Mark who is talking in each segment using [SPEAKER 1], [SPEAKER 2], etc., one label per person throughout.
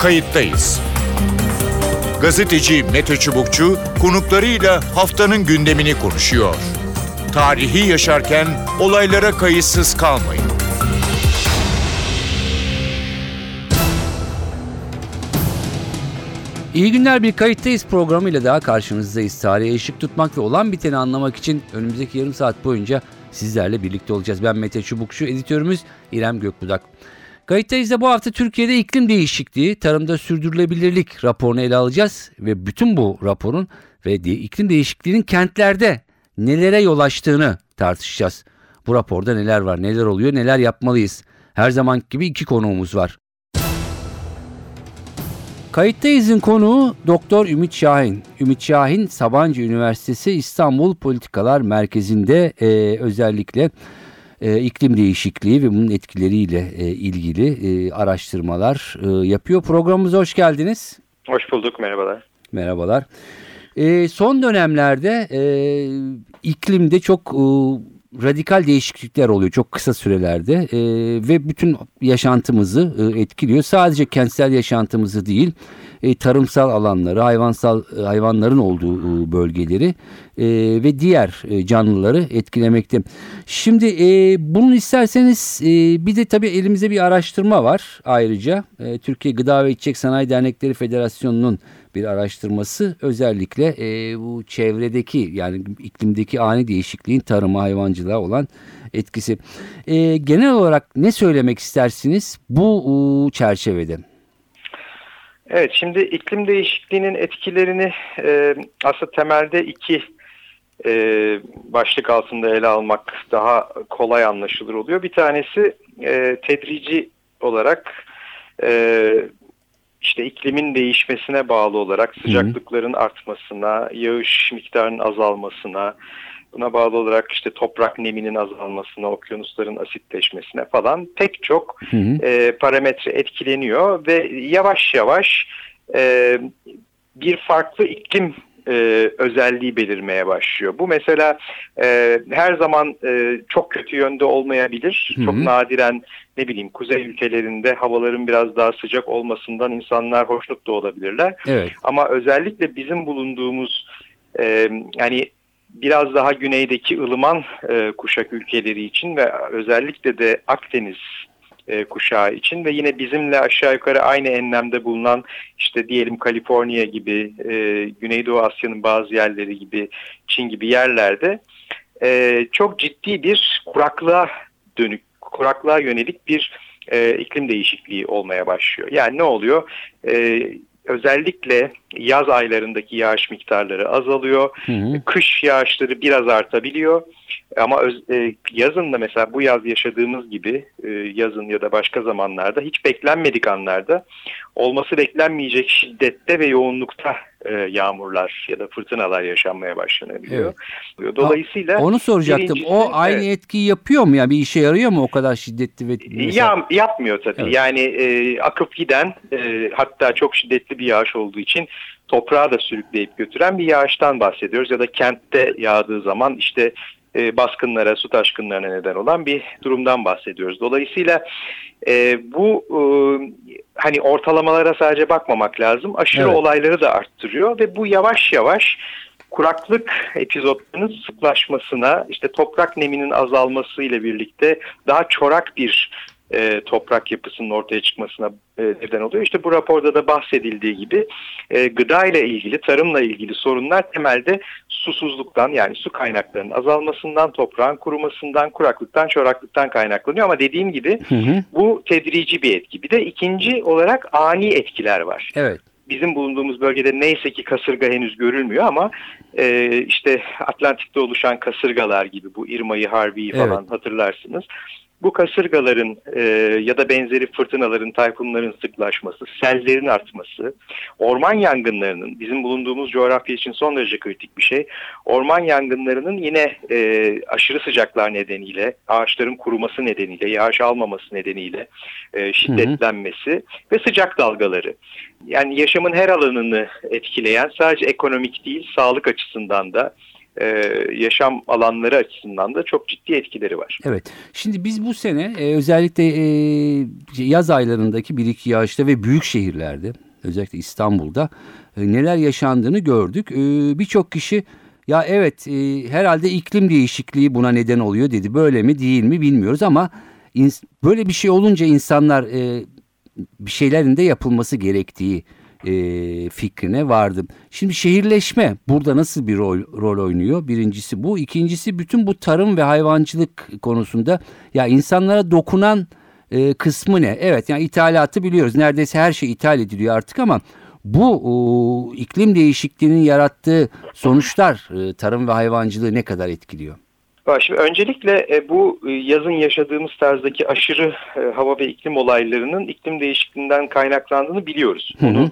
[SPEAKER 1] Kayıttayız. Gazeteci Mete Çubukçu konuklarıyla haftanın gündemini konuşuyor. Tarihi yaşarken olaylara kayıtsız kalmayın.
[SPEAKER 2] İyi günler, bir Kayıttayız programıyla daha karşınızdayız. Tarihe ışık tutmak ve olan biteni anlamak için önümüzdeki yarım saat boyunca sizlerle birlikte olacağız. Ben Mete Çubukçu, editörümüz İrem Gökbudak. Kayıttayız'da bu hafta Türkiye'de iklim değişikliği, tarımda sürdürülebilirlik raporunu ele alacağız. Ve bütün bu raporun ve iklim değişikliğinin kentlerde nelere yol açtığını tartışacağız. Bu raporda neler var, neler oluyor, neler yapmalıyız? Her zamanki gibi iki konuğumuz var. Kayıttayız'ın konuğu Doktor Ümit Şahin. Ümit Şahin, Sabancı Üniversitesi İstanbul Politikalar Merkezi'nde özellikle iklim değişikliği ve bunun etkileriyle ilgili araştırmalar yapıyor. Programımıza hoş geldiniz.
[SPEAKER 3] Hoş bulduk, merhabalar.
[SPEAKER 2] Merhabalar. Son dönemlerde iklimde çok radikal değişiklikler oluyor çok kısa sürelerde ve bütün yaşantımızı etkiliyor. Sadece kentsel yaşantımızı değil, tarımsal alanları, hayvanların olduğu bölgeleri ve diğer canlıları etkilemekte. Şimdi bunun isterseniz bir de tabii elimizde bir araştırma var ayrıca. Türkiye Gıda ve İçecek Sanayi Dernekleri Federasyonu'nun bir araştırması özellikle bu çevredeki, yani iklimdeki ani değişikliğin tarıma, hayvancılığa olan etkisi. Genel olarak ne söylemek istersiniz bu çerçevede?
[SPEAKER 3] Evet, şimdi iklim değişikliğinin etkilerini aslında temelde iki başlık altında ele almak daha kolay anlaşılır oluyor. Bir tanesi tedrici olarak işte iklimin değişmesine bağlı olarak sıcaklıkların artmasına, yağış miktarının azalmasına, buna bağlı olarak işte toprak neminin azalmasına, okyanusların asitleşmesine falan pek çok parametre etkileniyor ve yavaş yavaş bir farklı iklim özelliği belirmeye başlıyor. Bu mesela her zaman çok kötü yönde olmayabilir. Çok nadiren kuzey ülkelerinde havaların biraz daha sıcak olmasından insanlar hoşnut da olabilirler.
[SPEAKER 2] Evet.
[SPEAKER 3] Ama özellikle bizim bulunduğumuz yani biraz daha güneydeki ılıman kuşak ülkeleri için ve özellikle de Akdeniz kuşağı için ve yine bizimle aşağı yukarı aynı enlemde bulunan işte diyelim Kaliforniya gibi, Güneydoğu Asya'nın bazı yerleri gibi, Çin gibi yerlerde çok ciddi bir kuraklığa yönelik bir iklim değişikliği olmaya başlıyor. Yani ne oluyor? Özellikle yaz aylarındaki yağış miktarları azalıyor. Kış yağışları biraz artabiliyor. Ama yazın da mesela bu yaz yaşadığımız gibi yazın ya da başka zamanlarda hiç beklenmedik anlarda olması beklenmeyecek şiddette ve yoğunlukta yağmurlar ya da fırtınalar yaşanmaya başlanabiliyor. Evet. Dolayısıyla
[SPEAKER 2] onu soracaktım. O aynı etkiyi yapıyor mu? Yani bir işe yarıyor mu o kadar şiddetli ve
[SPEAKER 3] yapmıyor tabii. Evet. Yani akıp giden hatta çok şiddetli bir yağış olduğu için toprağı da sürükleyip götüren bir yağıştan bahsediyoruz ya da kentte yağdığı zaman işte baskınlara, su taşkınlarına neden olan bir durumdan bahsediyoruz. Dolayısıyla bu hani ortalamalara sadece bakmamak lazım. Aşırı olayları da arttırıyor ve bu yavaş yavaş kuraklık epizotlarının sıklaşmasına, işte toprak neminin azalması ile birlikte daha çorak bir toprak yapısının ortaya çıkmasına neden oluyor. İşte bu raporda da bahsedildiği gibi gıda ile ilgili, tarımla ilgili sorunlar temelde susuzluktan, yani su kaynaklarının azalmasından, toprağın kurumasından, kuraklıktan, çoraklıktan kaynaklanıyor. Ama dediğim gibi bu tedrici bir etki. Bir de ikinci olarak ani etkiler var.
[SPEAKER 2] Evet.
[SPEAKER 3] Bizim bulunduğumuz bölgede neyse ki kasırga henüz görülmüyor ama işte Atlantik'te oluşan kasırgalar gibi, bu Irma'yı, Harvey'yi falan hatırlarsınız. Bu kasırgaların ya da benzeri fırtınaların, tayfunların sıklaşması, sellerin artması, orman yangınlarının, bizim bulunduğumuz coğrafya için son derece kritik bir şey. Orman yangınlarının yine aşırı sıcaklar nedeniyle, ağaçların kuruması nedeniyle, yağış almaması nedeniyle şiddetlenmesi ve sıcak dalgaları. Yani yaşamın her alanını etkileyen, sadece ekonomik değil, sağlık açısından da, yaşam alanları açısından da çok ciddi etkileri var.
[SPEAKER 2] Evet. Şimdi biz bu sene özellikle yaz aylarındaki bir iki yağışta ve büyük şehirlerde, özellikle İstanbul'da neler yaşandığını gördük. Birçok kişi ya evet herhalde iklim değişikliği buna neden oluyor dedi. Böyle mi değil mi bilmiyoruz ama böyle bir şey olunca insanlar bir şeylerin de yapılması gerektiği fikrine vardım. Şimdi şehirleşme burada nasıl bir rol oynuyor? Birincisi bu. İkincisi bütün bu tarım ve hayvancılık konusunda ya insanlara dokunan kısmı ne? Evet yani ithalatı biliyoruz. Neredeyse her şey ithal ediliyor artık ama bu iklim değişikliğinin yarattığı sonuçlar tarım ve hayvancılığı ne kadar etkiliyor?
[SPEAKER 3] Şimdi öncelikle bu yazın yaşadığımız tarzdaki aşırı hava ve iklim olaylarının iklim değişikliğinden kaynaklandığını biliyoruz. Bunu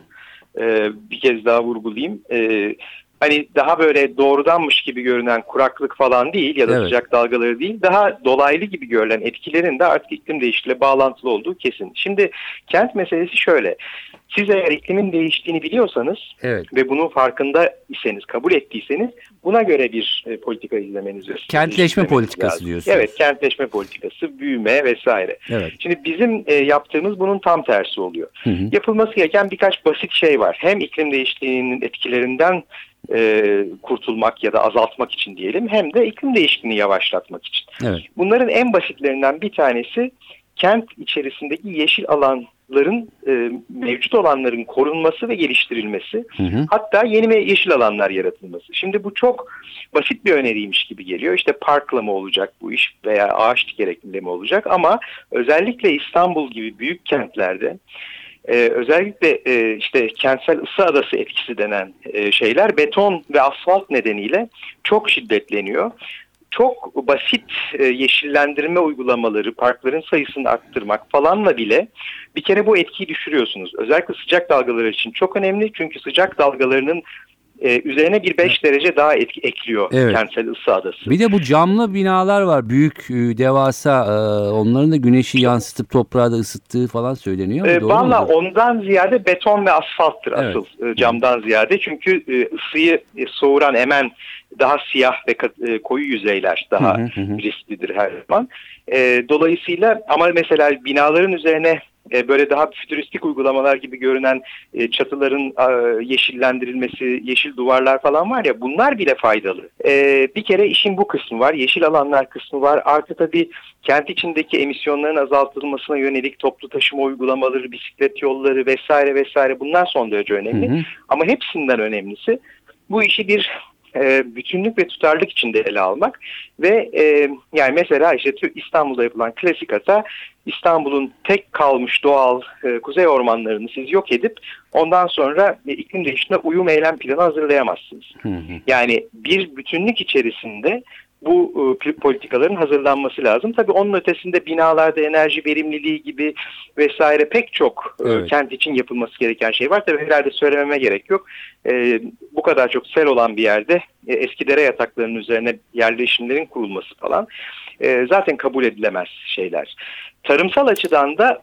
[SPEAKER 3] bir kez daha vurgulayayım. Hani daha böyle doğrudanmış gibi görünen kuraklık falan değil ya da sıcak dalgaları değil, daha dolaylı gibi görülen etkilerin de artık iklim değişikliğiyle bağlantılı olduğu kesin. Şimdi kent meselesi şöyle. Siz eğer iklimin değiştiğini biliyorsanız ve bunun farkında iseniz, kabul ettiyseniz buna göre bir politika izlemeniz lazım.
[SPEAKER 2] Kentleşme politikası diyorsunuz.
[SPEAKER 3] Evet, kentleşme politikası, büyüme vesaire. Evet. Şimdi bizim yaptığımız bunun tam tersi oluyor. Yapılması gereken birkaç basit şey var. Hem iklim değişikliğinin etkilerinden kurtulmak ya da azaltmak için diyelim, hem de iklim değişikliğini yavaşlatmak için. Evet. Bunların en basitlerinden bir tanesi kent içerisindeki yeşil alanların mevcut olanların korunması ve geliştirilmesi. Hatta yeni yeşil alanlar yaratılması. Şimdi bu çok basit bir öneriymiş gibi geliyor. İşte parkla mı olacak bu iş veya ağaç dikerek mi olacak, ama özellikle İstanbul gibi büyük kentlerde özellikle işte kentsel ısı adası etkisi denen şeyler beton ve asfalt nedeniyle çok şiddetleniyor. Çok basit yeşillendirme uygulamaları, parkların sayısını arttırmak falanla bile bir kere bu etkiyi düşürüyorsunuz. Özellikle sıcak dalgaları için çok önemli, çünkü sıcak dalgalarının üzerine bir 5 derece daha etki ekliyor kentsel ısı adası.
[SPEAKER 2] Bir de bu camlı binalar var, büyük, devasa, onların da güneşi yansıtıp toprağı da ısıttığı falan söyleniyor.
[SPEAKER 3] Valla ondan ziyade beton ve asfalttır asıl camdan ziyade. Çünkü ısıyı soğuran, emen daha siyah ve koyu yüzeyler daha risklidir her zaman. Dolayısıyla ama mesela binaların üzerine böyle daha fütüristik uygulamalar gibi görünen çatıların yeşillendirilmesi, yeşil duvarlar falan var ya, bunlar bile faydalı. Bir kere işin bu kısmı var, yeşil alanlar kısmı var. Artı tabii kent içindeki emisyonların azaltılmasına yönelik toplu taşıma uygulamaları, bisiklet yolları vesaire vesaire, bunlar son derece önemli. Ama hepsinden önemlisi bu işi bir bütünlük ve tutarlılık içinde ele almak ve yani mesela işte İstanbul'da yapılan klasik hata, İstanbul'un tek kalmış doğal kuzey ormanlarını siz yok edip ondan sonra iklim değişikliğine uyum eylem planı hazırlayamazsınız. Yani bir bütünlük içerisinde bu politikaların hazırlanması lazım. Tabii onun ötesinde binalarda enerji verimliliği gibi vesaire pek çok kent için yapılması gereken şey var. Tabii herhalde söylememe gerek yok. Bu kadar çok sel olan bir yerde eski dere yataklarının üzerine yerleşimlerin kurulması falan zaten kabul edilemez şeyler. Tarımsal açıdan da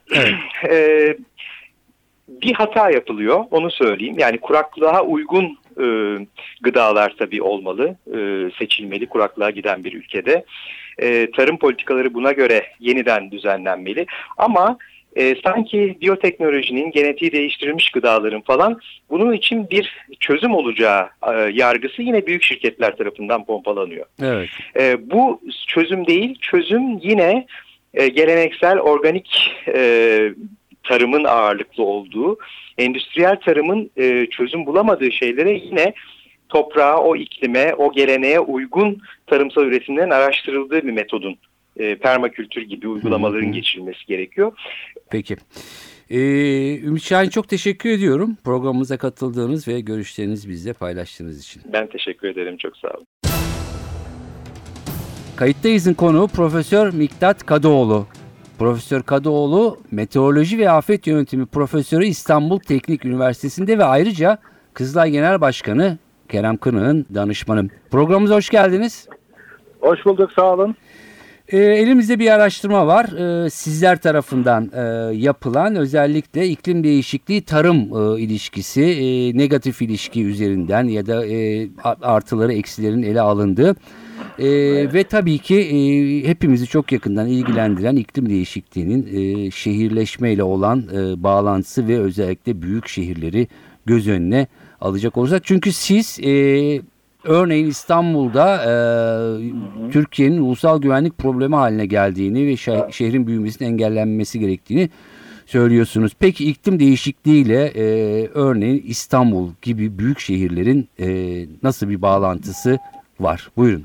[SPEAKER 3] bir hata yapılıyor, onu söyleyeyim. Yani kuraklığa uygun gıdalar tabii olmalı, seçilmeli kuraklığa giden bir ülkede. Tarım politikaları buna göre yeniden düzenlenmeli. Ama sanki biyoteknolojinin, genetiği değiştirilmiş gıdaların falan bunun için bir çözüm olacağı yargısı yine büyük şirketler tarafından pompalanıyor. Evet. Bu çözüm değil, çözüm yine geleneksel organik tarımın ağırlıklı olduğu, endüstriyel tarımın çözüm bulamadığı şeylere yine toprağa, o iklime, o geleneğe uygun tarımsal üretimlerin araştırıldığı bir metodun, permakültür gibi uygulamaların geçirilmesi gerekiyor.
[SPEAKER 2] Peki. Ümit Şahin, çok teşekkür ediyorum programımıza katıldığınız ve görüşlerinizi bizle paylaştığınız için.
[SPEAKER 3] Ben teşekkür ederim, çok sağ olun.
[SPEAKER 2] Kayıttayız'ın konuğu Profesör Miktat Kadıoğlu. Profesör Kadıoğlu, Meteoroloji ve Afet Yönetimi Profesörü İstanbul Teknik Üniversitesi'nde ve ayrıca Kızılay Genel Başkanı Kerem Kınık'ın danışmanı. Programımıza hoş geldiniz.
[SPEAKER 4] Hoş bulduk, sağ olun.
[SPEAKER 2] Elimizde bir araştırma var. Sizler tarafından yapılan, özellikle iklim değişikliği tarım ilişkisi, negatif ilişki üzerinden ya da artıları eksilerin ele alındığı ve tabii ki hepimizi çok yakından ilgilendiren iklim değişikliğinin şehirleşmeyle olan bağlantısı ve özellikle büyük şehirleri göz önüne alacak olacak. Çünkü siz örneğin İstanbul'da Türkiye'nin ulusal güvenlik problemi haline geldiğini ve şehrin büyümesinin engellenmesi gerektiğini söylüyorsunuz. Peki iklim değişikliğiyle örneğin İstanbul gibi büyük şehirlerin nasıl bir bağlantısı var? Buyurun.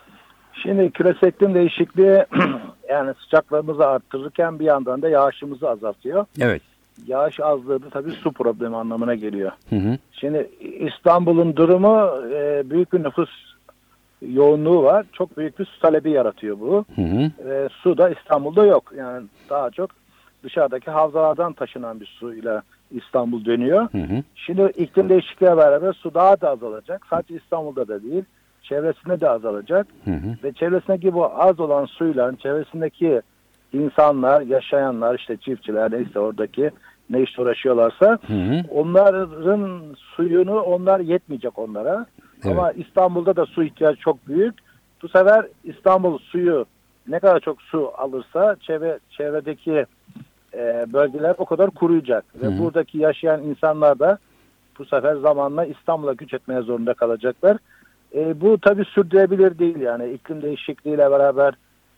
[SPEAKER 4] Şimdi küresel iklim değişikliği yani sıcaklığımızı arttırırken bir yandan da yağışımızı azaltıyor.
[SPEAKER 2] Evet.
[SPEAKER 4] Yağış azlığı da tabii su problemi anlamına geliyor.
[SPEAKER 2] Hı hı.
[SPEAKER 4] Şimdi İstanbul'un durumu büyük bir nüfus yoğunluğu var. Çok büyük bir su talebi yaratıyor bu.
[SPEAKER 2] Hı hı.
[SPEAKER 4] Su da İstanbul'da yok. Yani daha çok dışarıdaki havzalardan taşınan bir suyla İstanbul dönüyor.
[SPEAKER 2] Hı hı.
[SPEAKER 4] Şimdi iklim değişikliğiyle beraber su daha da azalacak. Sadece İstanbul'da da değil, çevresinde de azalacak.
[SPEAKER 2] Hı hı.
[SPEAKER 4] Ve çevresindeki bu az olan suyla çevresindeki insanlar, yaşayanlar, işte çiftçiler neyse oradaki ne işle uğraşıyorlarsa
[SPEAKER 2] Hı hı.
[SPEAKER 4] onların suyunu onlar yetmeyecek onlara.
[SPEAKER 2] Evet.
[SPEAKER 4] Ama İstanbul'da da su ihtiyacı çok büyük. Bu sefer İstanbul suyu ne kadar çok su alırsa çevredeki bölgeler o kadar kuruyacak.
[SPEAKER 2] Hı hı.
[SPEAKER 4] Ve buradaki yaşayan insanlar da bu sefer zamanla İstanbul'a göç etmeye zorunda kalacaklar. Bu tabii sürdürülebilir değil yani iklim değişikliğiyle beraber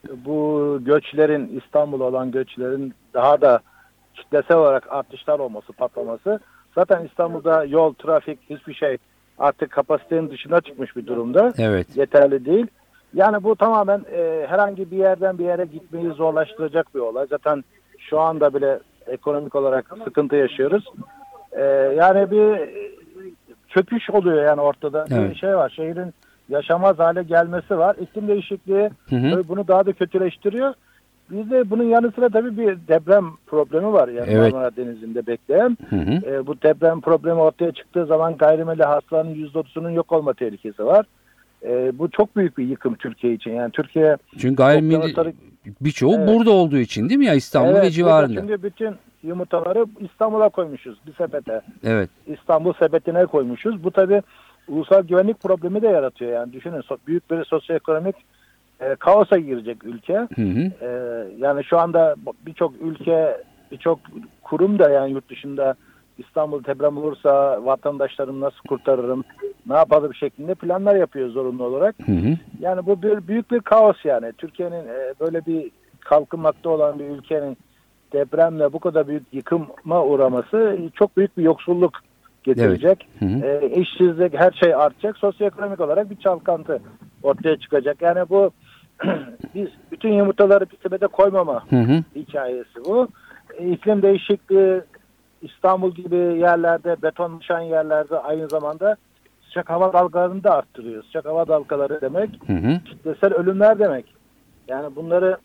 [SPEAKER 4] bu göçlerin İstanbul'a olan göçlerin daha da kitlesel olarak artışlar olması, patlaması. Zaten İstanbul'da yol, trafik hiçbir şey artık kapasitenin dışına çıkmış bir durumda.
[SPEAKER 2] Evet.
[SPEAKER 4] Yeterli değil. Yani bu tamamen herhangi bir yerden bir yere gitmeyi zorlaştıracak bir olay. Zaten şu anda bile ekonomik olarak sıkıntı yaşıyoruz. Yani bir çöküş oluyor yani ortada.
[SPEAKER 2] Evet.
[SPEAKER 4] Bir şey var. Şehrin yaşamaz hale gelmesi var. İklim değişikliği tabii bunu daha da kötüleştiriyor. Bizde bunun yanı sıra tabii bir deprem problemi var yani
[SPEAKER 2] Evet.
[SPEAKER 4] Marmara Denizi'nde bekleyen.
[SPEAKER 2] Hı hı.
[SPEAKER 4] Bu deprem problemi ortaya çıktığı zaman gayrimenkul hasılanın %30'unun yok olma tehlikesi var. Bu çok büyük bir yıkım Türkiye için. Yani Türkiye
[SPEAKER 2] Çünkü gayrimenkul birçoğu
[SPEAKER 4] Evet.
[SPEAKER 2] burada olduğu için değil mi ya, İstanbul ve civarında?
[SPEAKER 4] Çünkü bütün yumurtaları İstanbul'a koymuşuz bir sepete.
[SPEAKER 2] Evet.
[SPEAKER 4] İstanbul sepetine koymuşuz. Bu tabii ulusal güvenlik problemi de yaratıyor. Yani düşünün büyük bir sosyoekonomik kaosa girecek ülke.
[SPEAKER 2] Hı hı.
[SPEAKER 4] Yani şu anda birçok ülke, birçok kurum da yani yurt dışında İstanbul deprem olursa vatandaşlarımı nasıl kurtarırım, ne yapalım şeklinde planlar yapıyor zorunlu olarak.
[SPEAKER 2] Hı hı.
[SPEAKER 4] Yani bu büyük bir kaos yani. Türkiye'nin böyle bir kalkınmakta olan bir ülkenin depremle bu kadar büyük yıkıma uğraması çok büyük bir yoksulluk getirecek.
[SPEAKER 2] Evet. Hı hı.
[SPEAKER 4] İşsizlik, her şey artacak. Sosyoekonomik olarak bir çalkantı ortaya çıkacak. Yani bu biz bütün yumurtaları bir sepete koymama
[SPEAKER 2] Hı hı.
[SPEAKER 4] hikayesi bu. İklim değişikliği İstanbul gibi yerlerde, betonlaşan yerlerde aynı zamanda sıcak hava dalgalarını da arttırıyor. Sıcak hava dalgaları demek
[SPEAKER 2] Hı hı.
[SPEAKER 4] kitlesel ölümler demek. Yani bunları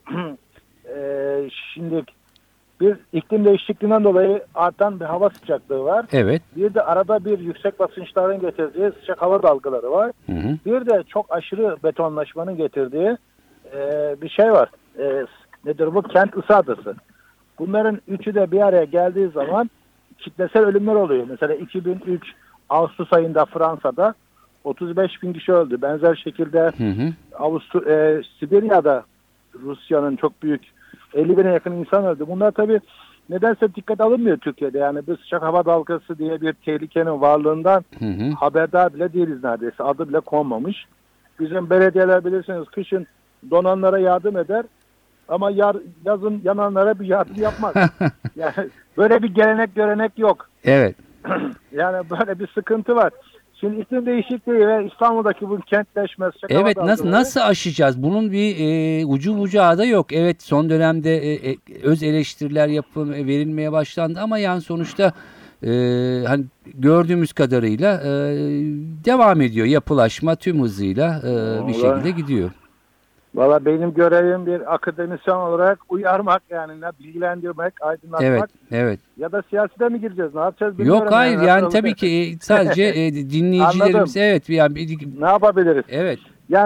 [SPEAKER 4] şimdi bir iklim değişikliğinden dolayı artan bir hava sıcaklığı var.
[SPEAKER 2] Evet.
[SPEAKER 4] Bir de arada bir yüksek basınçların getirdiği sıcak hava dalgaları var.
[SPEAKER 2] Hı hı.
[SPEAKER 4] Bir de çok aşırı betonlaşmanın getirdiği bir şey var. Nedir bu? Kent ısı adası. Bunların üçü de bir araya geldiği zaman kitlesel ölümler oluyor. Mesela 2003 Ağustos ayında Fransa'da 35 bin kişi öldü. Benzer şekilde
[SPEAKER 2] Hı hı.
[SPEAKER 4] Sibirya'da Rusya'nın çok büyük 50 bine yakın insan öldü. Bunlar tabii nedense dikkat alınmıyor Türkiye'de. Yani bu sıcak hava dalgası diye bir tehlikenin varlığından
[SPEAKER 2] Hı hı.
[SPEAKER 4] haberdar bile değiliz neredeyse. Adı bile konmamış. Bizim belediyeler bilirsiniz kışın donanlara yardım eder ama yazın yananlara bir yardım yapmaz. Yani böyle bir görenek yok.
[SPEAKER 2] Evet.
[SPEAKER 4] Yani böyle bir sıkıntı var. Şimdi iklim değişikliği ve İstanbul'daki bu kentleşme, sıcak hava
[SPEAKER 2] Evet,
[SPEAKER 4] dalgaları-
[SPEAKER 2] nasıl aşacağız? Bunun bir ucu bucağı da yok. Evet, son dönemde öz eleştiriler verilmeye başlandı ama yani sonuçta hani gördüğümüz kadarıyla devam ediyor. Yapılaşma tüm hızıyla bir şekilde gidiyor.
[SPEAKER 4] Valla benim görevim bir akademisyen olarak uyarmak yani bilgilendirmek, aydınlatmak
[SPEAKER 2] Evet, evet.
[SPEAKER 4] ya da siyasete mi gireceğiz? Ne yapacağız bilmiyorum.
[SPEAKER 2] Yok, hayır yani
[SPEAKER 4] Nasıl
[SPEAKER 2] tabii
[SPEAKER 4] olacak?
[SPEAKER 2] ki sadece dinleyicilerimiz
[SPEAKER 4] Anladım.
[SPEAKER 2] evet yani
[SPEAKER 4] Ne yapabiliriz?
[SPEAKER 2] evet.
[SPEAKER 4] Yani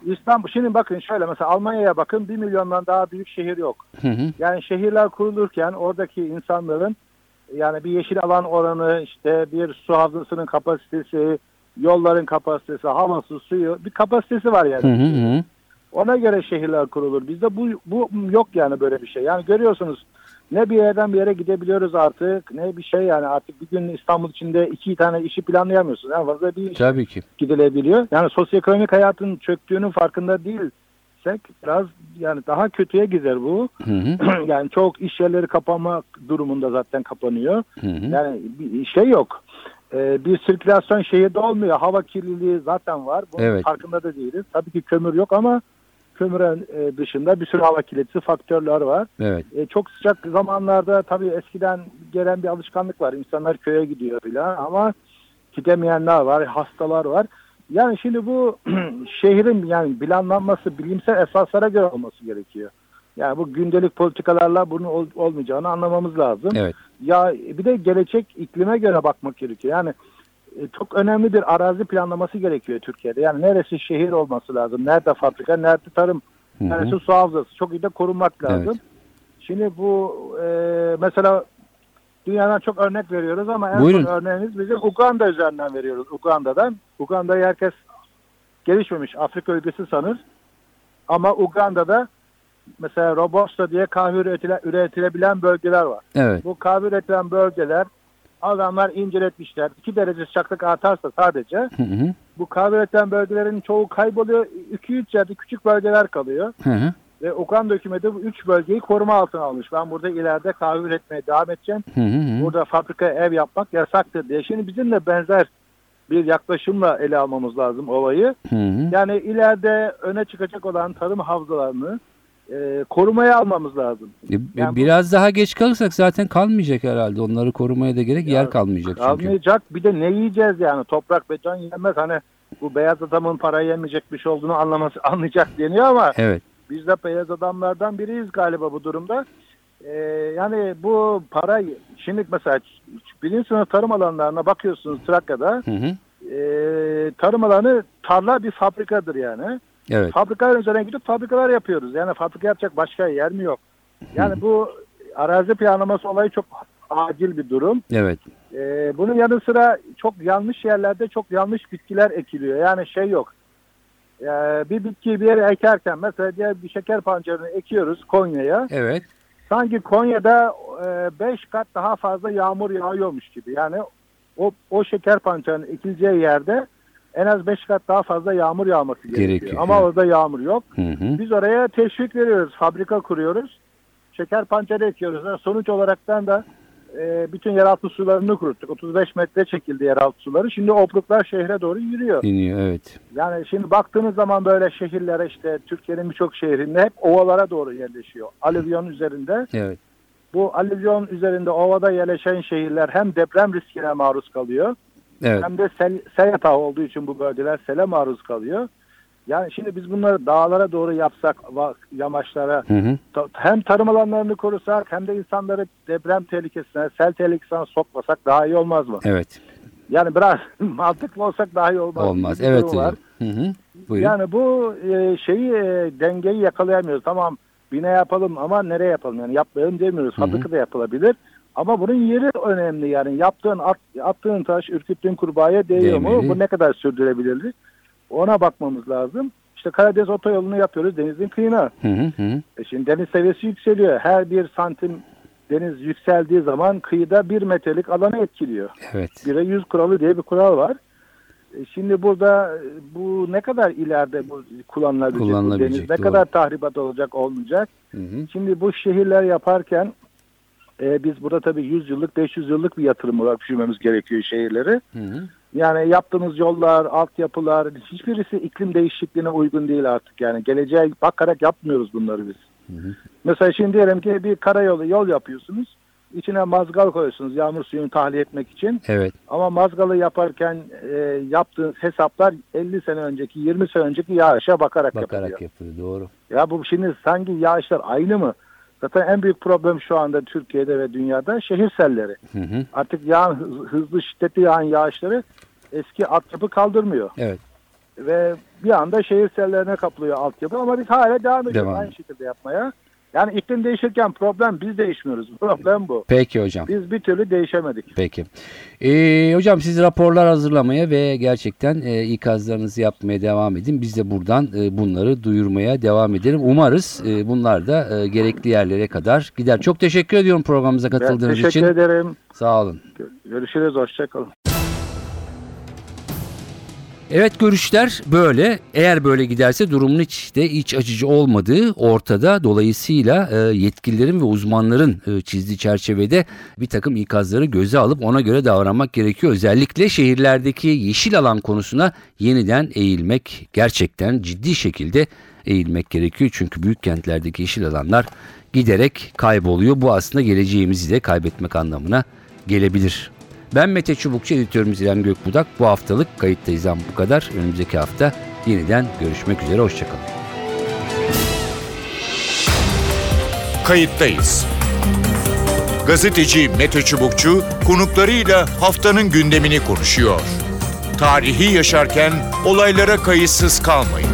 [SPEAKER 4] İstanbul, şimdi bakın şöyle, mesela Almanya'ya bakın, 1 milyondan daha büyük şehir yok.
[SPEAKER 2] Hı hı.
[SPEAKER 4] Yani şehirler kurulurken oradaki insanların yani bir yeşil alan oranı, işte bir su havzasının kapasitesi, yolların kapasitesi, havası, suyu, bir kapasitesi var yani.
[SPEAKER 2] Hı hı hı.
[SPEAKER 4] Ona göre şehirler kurulur. Bizde bu yok yani, böyle bir şey. Yani görüyorsunuz, ne bir yerden bir yere gidebiliyoruz artık, ne bir şey yani, artık bir gün İstanbul içinde 2 tane işi planlayamıyorsunuz. En fazla bir iş
[SPEAKER 2] Tabii ki.
[SPEAKER 4] gidilebiliyor. Yani sosyoekonomik hayatın çöktüğünün farkında değilsek biraz yani daha kötüye gider bu.
[SPEAKER 2] Hı hı.
[SPEAKER 4] Yani çok iş yerleri kapanma durumunda zaten kapanıyor.
[SPEAKER 2] Hı hı.
[SPEAKER 4] Yani bir şey yok. Bir sirkülasyon şehirde olmuyor. Hava kirliliği zaten var. Bunun
[SPEAKER 2] Evet.
[SPEAKER 4] farkında da değiliz. Tabii ki kömür yok ama kömürün dışında bir sürü hava kirliliği faktörler var.
[SPEAKER 2] Evet.
[SPEAKER 4] Çok sıcak zamanlarda tabii eskiden gelen bir alışkanlık var. İnsanlar köye gidiyor filan ama gidemeyenler var, hastalar var. Yani şimdi bu şehrin yani planlanması bilimsel esaslara göre olması gerekiyor. Yani bu gündelik politikalarla bunun olmayacağını anlamamız lazım.
[SPEAKER 2] Evet.
[SPEAKER 4] Ya bir de gelecek iklime göre bakmak gerekiyor. Yani çok önemli bir arazi planlaması gerekiyor Türkiye'de. Yani neresi şehir olması lazım, nerede fabrika, nerede tarım,
[SPEAKER 2] Hı hı.
[SPEAKER 4] neresi su havzası, çok iyi de korunmak lazım.
[SPEAKER 2] Evet.
[SPEAKER 4] Şimdi bu mesela dünyadan çok örnek veriyoruz ama en
[SPEAKER 2] Buyurun.
[SPEAKER 4] son örneğimiz bizim Uganda üzerinden veriyoruz. Uganda'yı herkes gelişmemiş Afrika ülkesi sanır. Ama Uganda'da mesela Robusta diye kahve üretilebilen bölgeler var.
[SPEAKER 2] Evet.
[SPEAKER 4] Bu kahve üretilen bölgeler adamlar inceletmişler. 2 derece sıcaklık artarsa sadece
[SPEAKER 2] Hı hı.
[SPEAKER 4] bu kahve üretilen bölgelerin çoğu kayboluyor. 2-3 yerde küçük bölgeler kalıyor.
[SPEAKER 2] Hı hı.
[SPEAKER 4] Ve Uganda hükümeti bu 3 bölgeyi koruma altına almış. Ben burada ileride kahve üretmeye devam edeceğim.
[SPEAKER 2] Hı hı.
[SPEAKER 4] Burada fabrika, ev yapmak yasaktır diye. Şimdi bizim de benzer bir yaklaşımla ele almamız lazım olayı.
[SPEAKER 2] Hı hı.
[SPEAKER 4] Yani ileride öne çıkacak olan tarım havzalarını korumaya almamız lazım. Yani
[SPEAKER 2] Biraz daha geç kalırsak zaten kalmayacak herhalde. Onları korumaya da gerek yer kalmayacak çünkü.
[SPEAKER 4] Kalmayacak. Bir de ne yiyeceğiz yani? Toprak, beton yenmez. Hani bu beyaz adamın para yemeyecek bir şey olduğunu anlayacak deniyor ama
[SPEAKER 2] Evet.
[SPEAKER 4] biz de beyaz adamlardan biriyiz galiba bu durumda. Yani bu para, şimdi mesela birinci sınıf tarım alanlarına bakıyorsunuz Trakya'da.
[SPEAKER 2] Hı hı.
[SPEAKER 4] Tarım alanı tarla bir fabrikadır yani.
[SPEAKER 2] Evet.
[SPEAKER 4] Fabrikalar üzerine gidip fabrikalar yapıyoruz. Yani fabrika yapacak başka yer mi yok? Yani bu arazi planlaması olayı çok acil bir durum.
[SPEAKER 2] Evet.
[SPEAKER 4] Bunun yanı sıra çok yanlış yerlerde çok yanlış bitkiler ekiliyor. Yani şey yok. Bir bitkiyi bir yere ekerken mesela diğer bir şeker pancarını ekiyoruz Konya'ya.
[SPEAKER 2] Evet.
[SPEAKER 4] Sanki Konya'da 5 kat daha fazla yağmur yağıyormuş gibi. Yani o şeker pancarının ekileceği yerde en az 5 kat daha fazla yağmur yağması gerekiyor. Ama orada yağmur yok.
[SPEAKER 2] Hı hı.
[SPEAKER 4] Biz oraya teşvik veriyoruz. Fabrika kuruyoruz. Şeker pancarı ekiyoruz. Yani sonuç olaraktan da bütün yeraltı sularını kuruttuk. 35 metre çekildi yeraltı suları. Şimdi obruklar şehre doğru yürüyor.
[SPEAKER 2] İniyor, evet.
[SPEAKER 4] Yani şimdi baktığınız zaman böyle şehirlere, işte Türkiye'nin birçok şehrinde hep ovalara doğru yerleşiyor. Alüvyon üzerinde.
[SPEAKER 2] Evet.
[SPEAKER 4] Bu alüvyon üzerinde ovada yerleşen şehirler hem deprem riskine maruz kalıyor.
[SPEAKER 2] Evet.
[SPEAKER 4] Hem de sel yatağı olduğu için bu bölgeler sele maruz kalıyor. Yani şimdi biz bunları dağlara doğru yapsak, yamaçlara,
[SPEAKER 2] Hı hı.
[SPEAKER 4] hem tarım alanlarını korusak hem de insanları deprem tehlikesine, sel tehlikesine sokmasak daha iyi olmaz mı?
[SPEAKER 2] Evet.
[SPEAKER 4] Yani biraz mantıklı olsak daha iyi olmaz.
[SPEAKER 2] Olmaz.
[SPEAKER 4] Bir
[SPEAKER 2] Evet.
[SPEAKER 4] durum var.
[SPEAKER 2] Hı hı. Buyurun.
[SPEAKER 4] Yani bu dengeyi yakalayamıyoruz. Tamam, bina yapalım ama nereye yapalım? Yani yapmayalım demiyoruz. Fabrika da yapılabilir. Ama bunun yeri önemli yani. Attığın taş, ürküttüğün kurbağaya değiyor mu?
[SPEAKER 2] Değmeli.
[SPEAKER 4] Bu ne kadar sürdürülebilirdi? Ona bakmamız lazım. İşte Karadeniz otoyolunu yapıyoruz denizin kıyına.
[SPEAKER 2] Hı hı hı.
[SPEAKER 4] Şimdi deniz seviyesi yükseliyor. Her 1 santim deniz yükseldiği zaman kıyıda 1 metrelik alanı etkiliyor.
[SPEAKER 2] Evet.
[SPEAKER 4] 1'e 100 kuralı diye bir kural var. Şimdi burada bu ne kadar ileride bu kullanılabilecek bu deniz, ne
[SPEAKER 2] doğru.
[SPEAKER 4] kadar tahribat olmayacak.
[SPEAKER 2] Hı hı.
[SPEAKER 4] Şimdi bu şehirler yaparken biz burada tabii 100 yıllık, 500 yıllık bir yatırım olarak düşünmemiz gerekiyor şehirleri.
[SPEAKER 2] Hı hı.
[SPEAKER 4] Yani yaptığımız yollar, altyapılar, hiçbirisi iklim değişikliğine uygun değil artık. Yani geleceğe bakarak yapmıyoruz bunları biz.
[SPEAKER 2] Hı hı.
[SPEAKER 4] Mesela şimdi diyelim ki bir karayolu, yol yapıyorsunuz. İçine mazgal koyuyorsunuz yağmur suyunu tahliye etmek için.
[SPEAKER 2] Evet.
[SPEAKER 4] Ama mazgalı yaparken yaptığınız hesaplar 50 sene önceki, 20 sene önceki yağışa bakarak yapılıyor.
[SPEAKER 2] Doğru.
[SPEAKER 4] Ya bu şimdi sanki yağışlar aynı mı? Zaten en büyük problem şu anda Türkiye'de ve dünyada şehir selleri.
[SPEAKER 2] Hı hı.
[SPEAKER 4] Artık hızlı şiddetli yağan yağışları eski altyapı kaldırmıyor.
[SPEAKER 2] Evet.
[SPEAKER 4] ve bir anda şehirsellerine kaplıyor altyapı ama biz hala devam ediyoruz aynı şekilde yapmaya. Yani iklim değişirken problem biz değişmiyoruz. Problem bu.
[SPEAKER 2] Peki hocam.
[SPEAKER 4] Biz bir türlü değişemedik.
[SPEAKER 2] Peki. Hocam siz raporlar hazırlamaya ve gerçekten ikazlarınızı yapmaya devam edin. Biz de buradan bunları duyurmaya devam edelim. Umarız bunlar da gerekli yerlere kadar gider. Çok teşekkür ediyorum programımıza katıldığınız için.
[SPEAKER 4] Teşekkür ederim.
[SPEAKER 2] Sağ olun.
[SPEAKER 4] Görüşürüz. Hoşçakalın.
[SPEAKER 2] Evet, görüşler böyle. Eğer böyle giderse durumun hiç de iç açıcı olmadığı ortada. Dolayısıyla yetkililerin ve uzmanların çizdiği çerçevede bir takım ikazları göze alıp ona göre davranmak gerekiyor. Özellikle şehirlerdeki yeşil alan konusuna yeniden eğilmek, gerçekten ciddi şekilde eğilmek gerekiyor. Çünkü büyük kentlerdeki yeşil alanlar giderek kayboluyor. Bu aslında geleceğimizi de kaybetmek anlamına gelebilir. Ben Mete Çubukçu, editörümüz İrem Gökbudak. Bu haftalık Kayıttayız bu kadar. Önümüzdeki hafta yeniden görüşmek üzere. Hoşçakalın.
[SPEAKER 1] Kayıttayız. Gazeteci Mete Çubukçu konuklarıyla haftanın gündemini konuşuyor. Tarihi yaşarken olaylara kayıtsız kalmayın.